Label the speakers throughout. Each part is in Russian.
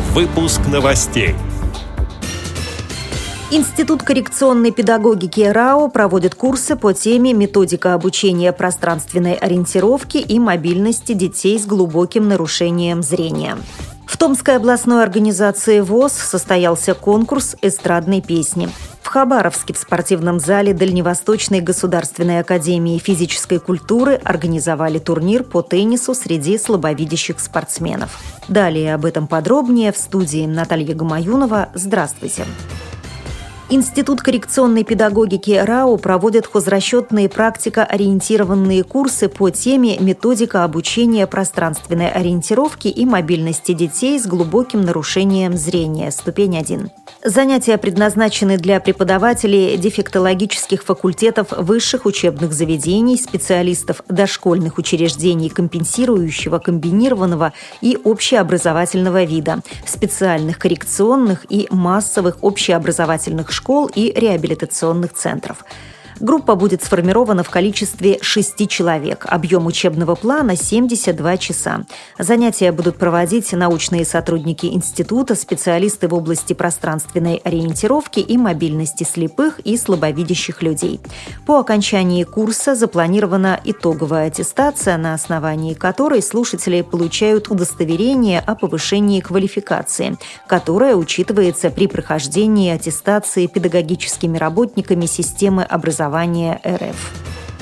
Speaker 1: Выпуск новостей.
Speaker 2: Институт коррекционной педагогики РАО проводит курсы по теме «Методика обучения пространственной ориентировки и мобильности детей с глубоким нарушением зрения». В Томской областной организации ВОС состоялся конкурс эстрадной песни. В Хабаровске в спортивном зале Дальневосточной государственной академии физической культуры организовали турнир по теннису среди слабовидящих спортсменов. Далее об этом подробнее в студии Наталья Гамаюнова. Здравствуйте. Институт коррекционной педагогики РАО проводит хозрасчетные практико-ориентированные курсы по теме «Методика обучения пространственной ориентировки и мобильности детей с глубоким нарушением зрения. Ступень 1». Занятия предназначены для преподавателей дефектологических факультетов высших учебных заведений, специалистов дошкольных учреждений компенсирующего, комбинированного и общеобразовательного вида, специальных коррекционных и массовых общеобразовательных школ и реабилитационных центров. Группа будет сформирована в количестве 6 человек. Объем учебного плана – 72 часа. Занятия будут проводить научные сотрудники института, специалисты в области пространственной ориентировки и мобильности слепых и слабовидящих людей. По окончании курса запланирована итоговая аттестация, на основании которой слушатели получают удостоверение о повышении квалификации, которое учитывается при прохождении аттестации педагогическими работниками системы образования РФ.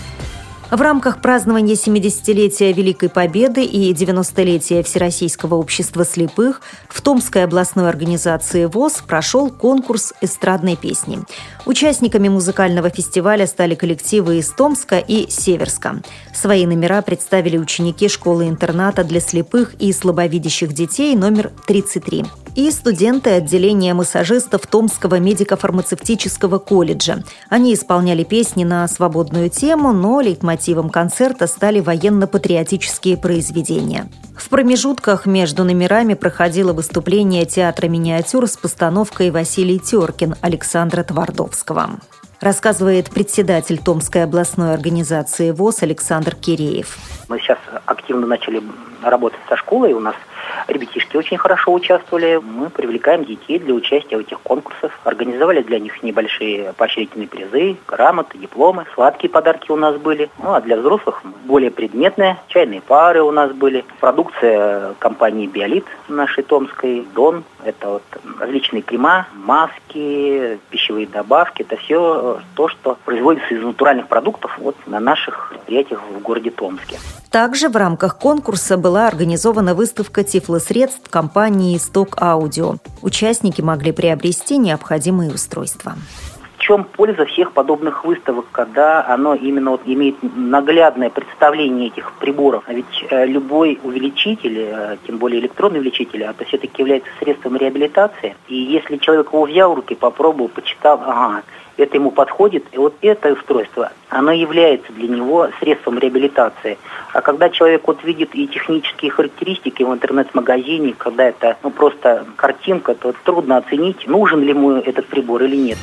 Speaker 2: В рамках празднования 70-летия Великой Победы и 90-летия Всероссийского общества слепых в Томской областной организации ВОС прошел конкурс эстрадной песни. Участниками музыкального фестиваля стали коллективы из Томска и Северска. Свои номера представили ученики школы-интерната для слепых и слабовидящих детей номер 33 и студенты отделения массажистов Томского медико-фармацевтического колледжа. Они исполняли песни на свободную тему, но лейтмотивом концерта стали военно-патриотические произведения. В промежутках между номерами проходило выступление театра миниатюр с постановкой «Василий Теркин» Александра Твардовского. Рассказывает председатель Томской областной организации ВОС Александр Киреев.
Speaker 3: Мы сейчас активно начали работать со школой, у нас ребятишки очень хорошо участвовали. Мы привлекаем детей для участия в этих конкурсах. Организовали для них небольшие поощрительные призы, грамоты, дипломы. Сладкие подарки у нас были. Ну а для взрослых более предметные. Чайные пары у нас были. Продукция компании «Биолит» нашей томской. «Дон». Это вот различные крема, маски, пищевые добавки. Это все то, что производится из натуральных продуктов вот на наших предприятиях в городе Томске.
Speaker 2: Также в рамках конкурса была организована выставка тифлосредств компании «Исток Аудио». Участники могли приобрести необходимые устройства.
Speaker 3: В чем польза всех подобных выставок, когда оно именно имеет наглядное представление этих приборов? А ведь любой увеличитель, тем более электронный увеличитель, это все-таки является средством реабилитации. И если человек его взял в руки, попробовал, почитал, это ему подходит, и вот это устройство, оно является для него средством реабилитации. А когда человек видит и технические характеристики в интернет-магазине, когда это просто картинка, то трудно оценить, нужен ли ему этот прибор или нет.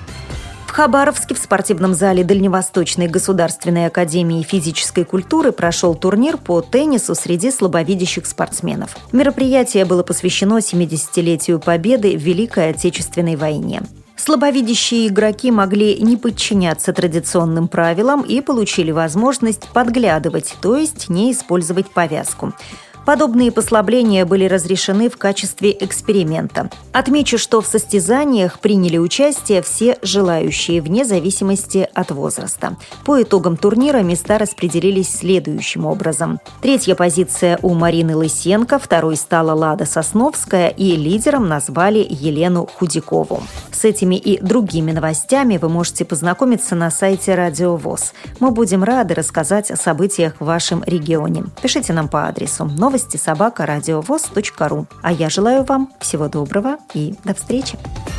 Speaker 2: В Хабаровске в спортивном зале Дальневосточной государственной академии физической культуры прошел турнир по теннису среди слабовидящих спортсменов. Мероприятие было посвящено 70-летию Победы в Великой Отечественной войне. Слабовидящие игроки могли не подчиняться традиционным правилам и получили возможность подглядывать, то есть не использовать повязку. Подобные послабления были разрешены в качестве эксперимента. Отмечу, что в состязаниях приняли участие все желающие, вне зависимости от возраста. По итогам турнира места распределились следующим образом. 3-я позиция у Марины Лысенко, 2-й стала Лада Сосновская и лидером назвали Елену Худякову. С этими и другими новостями вы можете познакомиться на сайте Радио ВОС. Мы будем рады рассказать о событиях в вашем регионе. Пишите нам по адресу новости@радиовос.ру. А я желаю вам всего доброго и до встречи!